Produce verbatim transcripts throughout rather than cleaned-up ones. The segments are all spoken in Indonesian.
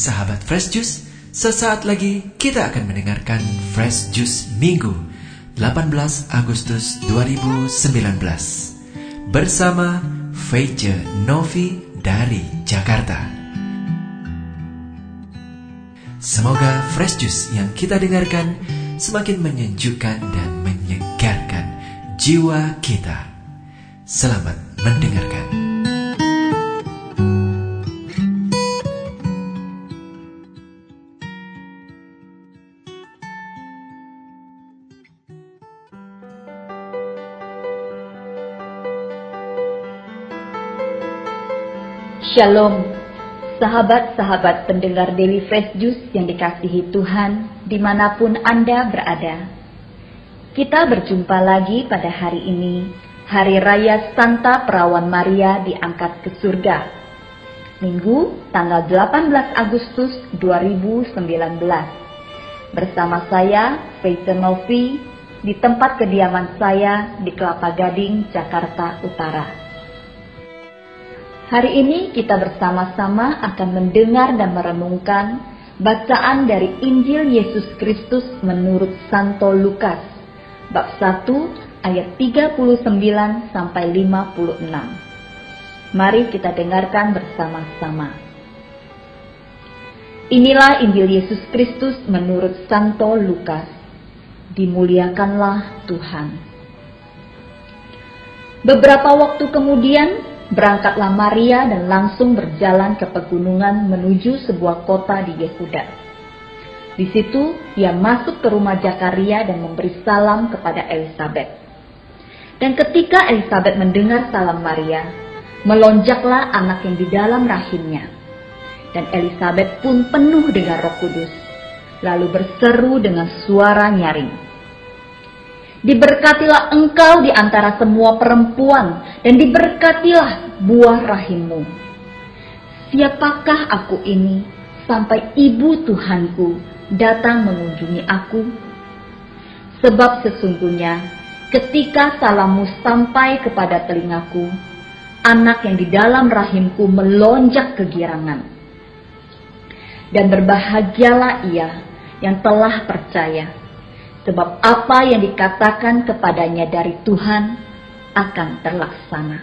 sahabat Fresh Juice, sesaat lagi kita akan mendengarkan Fresh Juice Minggu delapan belas Agustus dua ribu sembilan belas bersama Feice Novi dari Jakarta. Semoga Fresh Juice yang kita dengarkan semakin menyejukkan dan menyegarkan jiwa kita. Selamat mendengarkan. Shalom, sahabat-sahabat pendengar Daily Fresh Juice yang dikasihi Tuhan dimanapun Anda berada. Kita berjumpa lagi pada hari ini, Hari Raya Santa Perawan Maria diangkat ke surga. Minggu tanggal delapan belas Agustus dua ribu sembilan belas. Bersama saya, Feice Novi, di tempat kediaman saya di Kelapa Gading, Jakarta Utara. Hari ini kita bersama-sama akan mendengar dan merenungkan bacaan dari Injil Yesus Kristus menurut Santo Lukas, bab satu ayat tiga puluh sembilan sampai lima puluh enam. Mari kita dengarkan bersama-sama. Inilah Injil Yesus Kristus menurut Santo Lukas. Dimuliakanlah Tuhan. Beberapa waktu kemudian, berangkatlah Maria dan langsung berjalan ke pegunungan menuju sebuah kota di Yehuda. Di situ ia masuk ke rumah Zakaria dan memberi salam kepada Elisabet. Dan ketika Elisabet mendengar salam Maria, melonjaklah anak yang di dalam rahimnya. Dan Elisabet pun penuh dengan Roh Kudus, lalu berseru dengan suara nyaring, "Diberkatilah engkau di antara semua perempuan, dan diberkatilah buah rahimmu. Siapakah aku ini sampai ibu Tuhanku datang mengunjungi aku? Sebab sesungguhnya ketika salammu sampai kepada telingaku, anak yang di dalam rahimku melonjak kegirangan. Dan berbahagialah ia yang telah percaya, sebab apa yang dikatakan kepadanya dari Tuhan akan terlaksana."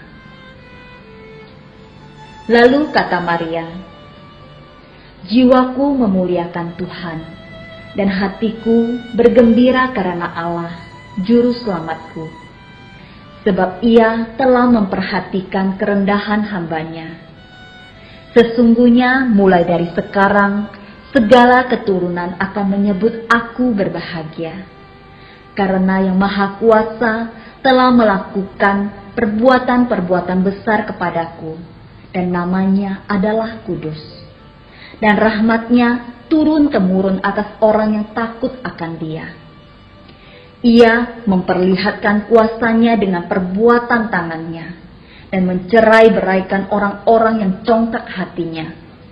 Lalu kata Maria, "Jiwaku memuliakan Tuhan, dan hatiku bergembira karena Allah, Juru Selamatku. Sebab ia telah memperhatikan kerendahan hambanya. Sesungguhnya mulai dari sekarang, segala keturunan akan menyebut aku berbahagia, karena Yang Maha Kuasa telah melakukan perbuatan-perbuatan besar kepadaku, dan namanya adalah kudus. Dan rahmatnya turun-temurun atas orang yang takut akan Dia. Ia memperlihatkan kuasanya dengan perbuatan tangannya, dan mencerai-beraikan orang-orang yang congkak hatinya.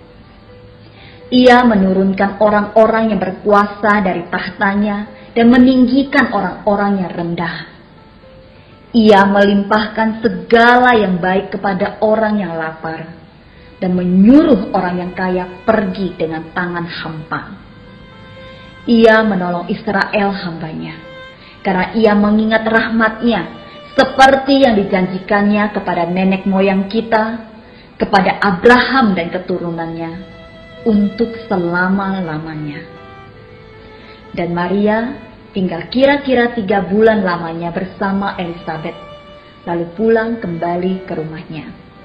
Ia menurunkan orang-orang yang berkuasa dari tahtanya dan meninggikan orang-orang yang rendah. Ia melimpahkan segala yang baik kepada orang yang lapar dan menyuruh orang yang kaya pergi dengan tangan hampa. Ia menolong Israel hambanya, karena ia mengingat rahmatnya seperti yang dijanjikannya kepada nenek moyang kita, kepada Abraham dan keturunannya, untuk selama-lamanya. Dan Maria tinggal kira-kira tiga bulan lamanya bersama Elisabet, lalu pulang kembali ke rumahnya.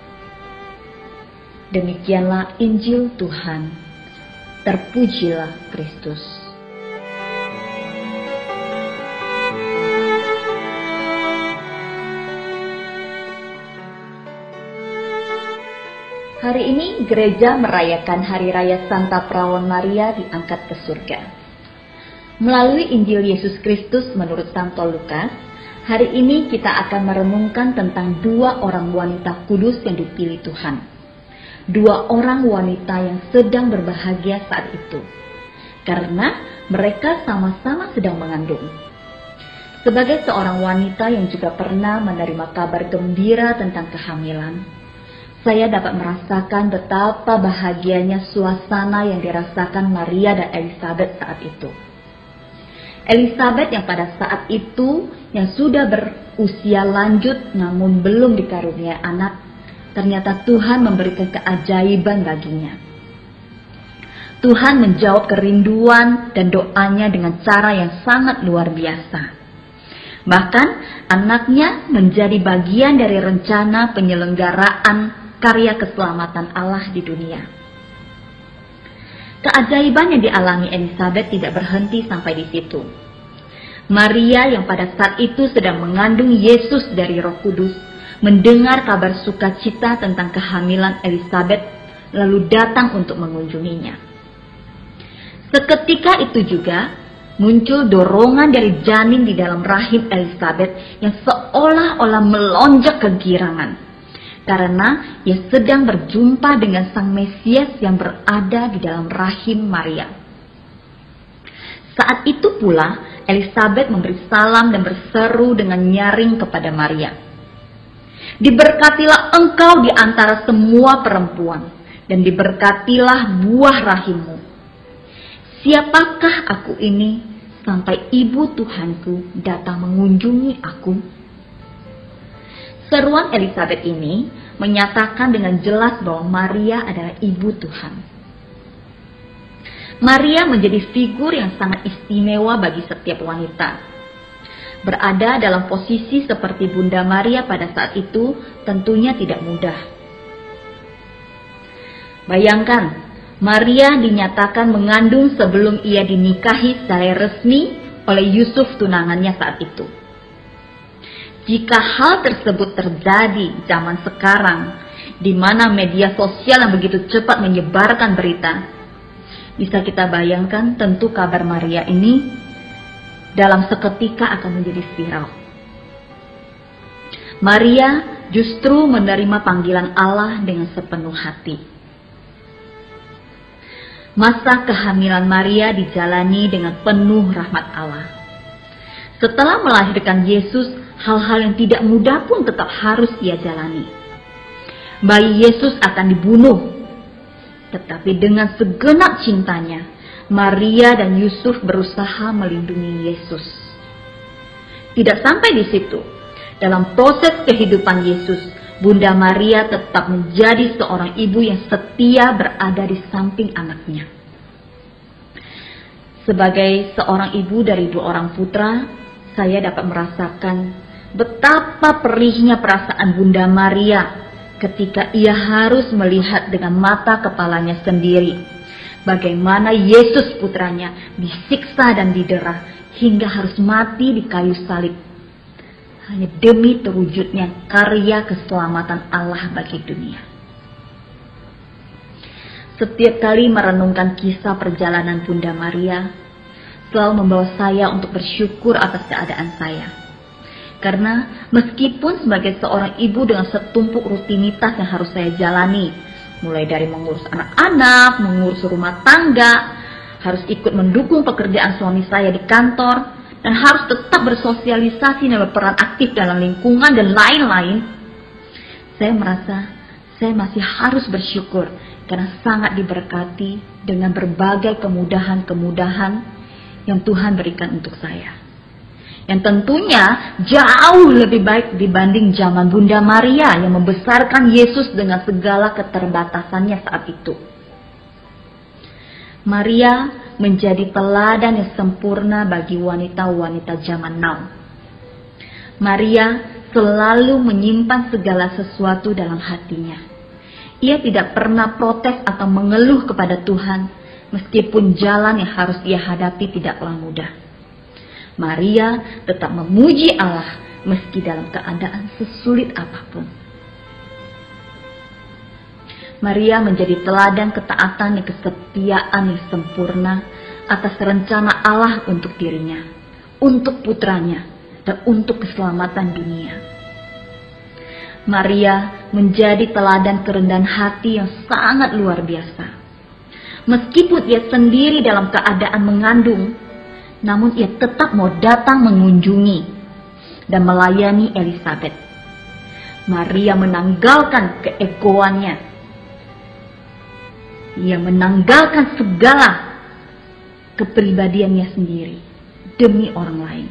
Demikianlah Injil Tuhan. Terpujilah Kristus. Hari ini gereja merayakan Hari Raya Santa Perawan Maria diangkat ke surga. Melalui Injil Yesus Kristus menurut Santo Lukas, hari ini kita akan merenungkan tentang dua orang wanita kudus yang dipilih Tuhan. Dua orang wanita yang sedang berbahagia saat itu, karena mereka sama-sama sedang mengandung. Sebagai seorang wanita yang juga pernah menerima kabar gembira tentang kehamilan, saya dapat merasakan betapa bahagianya suasana yang dirasakan Maria dan Elizabeth saat itu. Elizabeth yang pada saat itu yang sudah berusia lanjut namun belum dikaruniai anak, ternyata Tuhan memberikan keajaiban baginya. Tuhan menjawab kerinduan dan doanya dengan cara yang sangat luar biasa. Bahkan anaknya menjadi bagian dari rencana penyelenggaraan karya keselamatan Allah di dunia. Keajaiban yang dialami Elizabeth tidak berhenti sampai di situ. Maria yang pada saat itu sedang mengandung Yesus dari Roh Kudus, mendengar kabar sukacita tentang kehamilan Elizabeth, lalu datang untuk mengunjunginya. Seketika itu juga muncul dorongan dari janin di dalam rahim Elizabeth yang seolah-olah melonjak kegirangan. Karena ia sedang berjumpa dengan Sang Mesias yang berada di dalam rahim Maria. Saat itu pula Elizabeth memberi salam dan berseru dengan nyaring kepada Maria. Diberkatilah engkau di antara semua perempuan, dan diberkatilah buah rahimmu. Siapakah aku ini sampai ibu Tuhanku datang mengunjungi aku? Seruan Elizabeth ini menyatakan dengan jelas bahwa Maria adalah ibu Tuhan. Maria menjadi figur yang sangat istimewa bagi setiap wanita. Berada dalam posisi seperti Bunda Maria pada saat itu tentunya tidak mudah. Bayangkan, Maria dinyatakan mengandung sebelum ia dinikahi secara resmi oleh Yusuf tunangannya saat itu. Jika hal tersebut terjadi zaman sekarang, di mana media sosial yang begitu cepat menyebarkan berita, bisa kita bayangkan tentu kabar Maria ini dalam seketika akan menjadi viral. Maria justru menerima panggilan Allah dengan sepenuh hati. Masa kehamilan Maria dijalani dengan penuh rahmat Allah. Setelah melahirkan Yesus, hal-hal yang tidak mudah pun tetap harus ia jalani. Bayi Yesus akan dibunuh, tetapi dengan segenap cintanya, Maria dan Yusuf berusaha melindungi Yesus. Tidak sampai di situ. Dalam proses kehidupan Yesus, Bunda Maria tetap menjadi seorang ibu yang setia berada di samping anaknya. Sebagai seorang ibu dari dua orang putra, saya dapat merasakan betapa perihnya perasaan Bunda Maria ketika ia harus melihat dengan mata kepalanya sendiri bagaimana Yesus putranya disiksa dan didera hingga harus mati di kayu salib hanya demi terwujudnya karya keselamatan Allah bagi dunia. Setiap kali merenungkan kisah perjalanan Bunda Maria, selalu membawa saya untuk bersyukur atas keadaan saya. Karena meskipun sebagai seorang ibu dengan setumpuk rutinitas yang harus saya jalani, mulai dari mengurus anak-anak, mengurus rumah tangga, harus ikut mendukung pekerjaan suami saya di kantor, dan harus tetap bersosialisasi dan berperan aktif dalam lingkungan dan lain-lain, saya merasa saya masih harus bersyukur karena sangat diberkati dengan berbagai kemudahan-kemudahan yang Tuhan berikan untuk saya. Yang tentunya jauh lebih baik dibanding zaman Bunda Maria yang membesarkan Yesus dengan segala keterbatasannya saat itu. Maria menjadi teladan yang sempurna bagi wanita-wanita zaman now. Maria selalu menyimpan segala sesuatu dalam hatinya. Ia tidak pernah protes atau mengeluh kepada Tuhan, meskipun jalan yang harus ia hadapi tidaklah mudah. Maria tetap memuji Allah meski dalam keadaan sesulit apapun. Maria menjadi teladan ketaatan dan kesetiaan yang sempurna atas rencana Allah untuk dirinya, untuk putranya, dan untuk keselamatan dunia. Maria menjadi teladan kerendahan hati yang sangat luar biasa. Meskipun ia sendiri dalam keadaan mengandung, namun ia tetap mau datang mengunjungi dan melayani Elizabeth. Maria menanggalkan keegoannya. Ia menanggalkan segala kepribadiannya sendiri demi orang lain.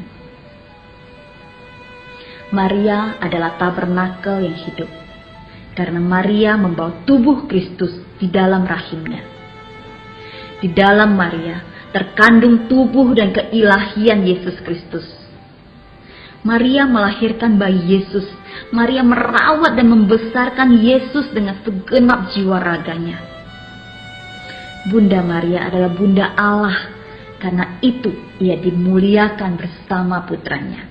Maria adalah tabernakel yang hidup, karena Maria membawa tubuh Kristus di dalam rahimnya. Di dalam Maria terkandung tubuh dan keilahian Yesus Kristus. Maria melahirkan bayi Yesus. Maria merawat dan membesarkan Yesus dengan segenap jiwa raganya. Bunda Maria adalah Bunda Allah. Karena itu ia dimuliakan bersama putranya.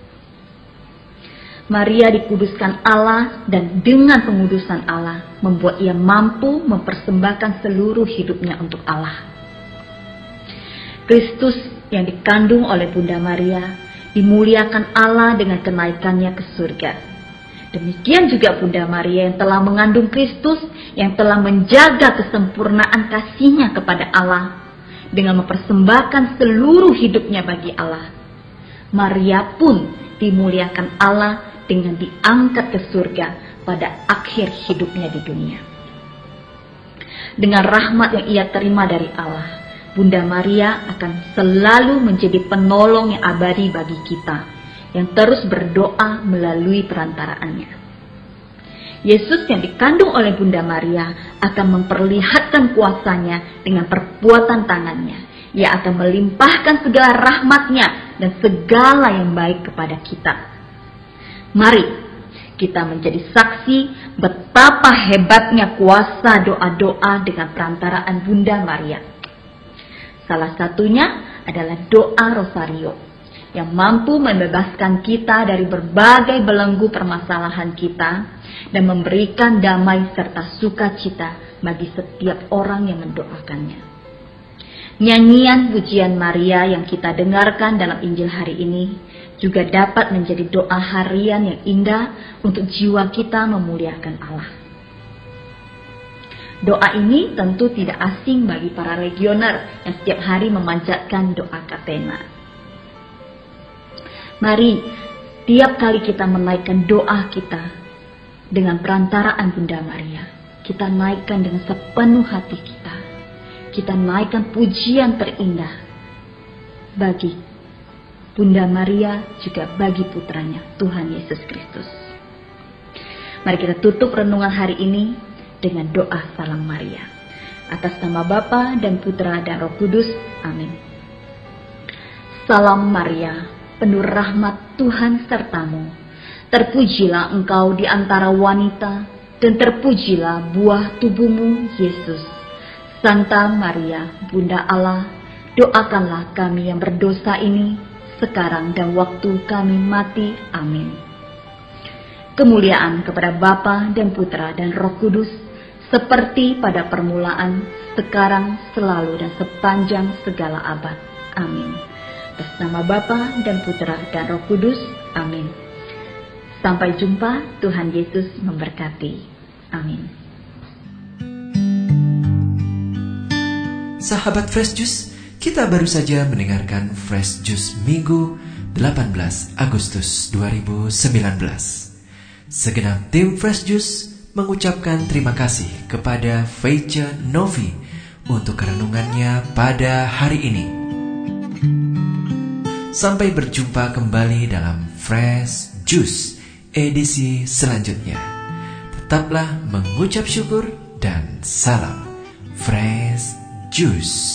Maria dikuduskan Allah, dan dengan pengudusan Allah membuat ia mampu mempersembahkan seluruh hidupnya untuk Allah. Kristus yang dikandung oleh Bunda Maria dimuliakan Allah dengan kenaikannya ke surga. Demikian juga Bunda Maria yang telah mengandung Kristus, yang telah menjaga kesempurnaan kasihnya kepada Allah dengan mempersembahkan seluruh hidupnya bagi Allah. Maria pun dimuliakan Allah dengan diangkat ke surga pada akhir hidupnya di dunia. Dengan rahmat yang ia terima dari Allah, Bunda Maria akan selalu menjadi penolong yang abadi bagi kita, yang terus berdoa melalui perantaraannya. Yesus yang dikandung oleh Bunda Maria akan memperlihatkan kuasanya dengan perbuatan tangannya. Ia akan melimpahkan segala rahmatnya dan segala yang baik kepada kita. Mari kita menjadi saksi betapa hebatnya kuasa doa-doa dengan perantaraan Bunda Maria. Salah satunya adalah doa Rosario yang mampu membebaskan kita dari berbagai belenggu permasalahan kita dan memberikan damai serta sukacita bagi setiap orang yang mendoakannya. Nyanyian pujian Maria yang kita dengarkan dalam Injil hari ini juga dapat menjadi doa harian yang indah untuk jiwa kita memuliakan Allah. Doa ini tentu tidak asing bagi para legioner yang setiap hari memanjatkan doa katena. Mari, tiap kali kita menaikkan doa kita dengan perantaraan Bunda Maria, kita naikkan dengan sepenuh hati kita. Kita naikkan pujian terindah bagi Bunda Maria, juga bagi putranya, Tuhan Yesus Kristus. Mari kita tutup renungan hari ini dengan doa Salam Maria. Atas nama Bapa dan Putra dan Roh Kudus. Amin. Salam Maria, penuh rahmat Tuhan sertamu. Terpujilah engkau di antara wanita, dan terpujilah buah tubuhmu, Yesus. Santa Maria, Bunda Allah, doakanlah kami yang berdosa ini, sekarang dan waktu kami mati. Amin. Kemuliaan kepada Bapa dan Putra dan Roh Kudus, seperti pada permulaan, sekarang, selalu, dan sepanjang segala abad. Amin. Atas nama Bapa dan Putra dan Roh Kudus. Amin. Sampai jumpa, Tuhan Yesus memberkati. Amin. Sahabat Fresh Juice, kita baru saja mendengarkan Fresh Juice Minggu delapan belas Agustus dua ribu sembilan belas. Segenap tim Fresh Juice mengucapkan terima kasih kepada Feice Novi untuk renungannya pada hari ini. Sampai berjumpa kembali dalam Fresh Juice edisi selanjutnya. Tetaplah mengucap syukur dan salam Fresh Juice.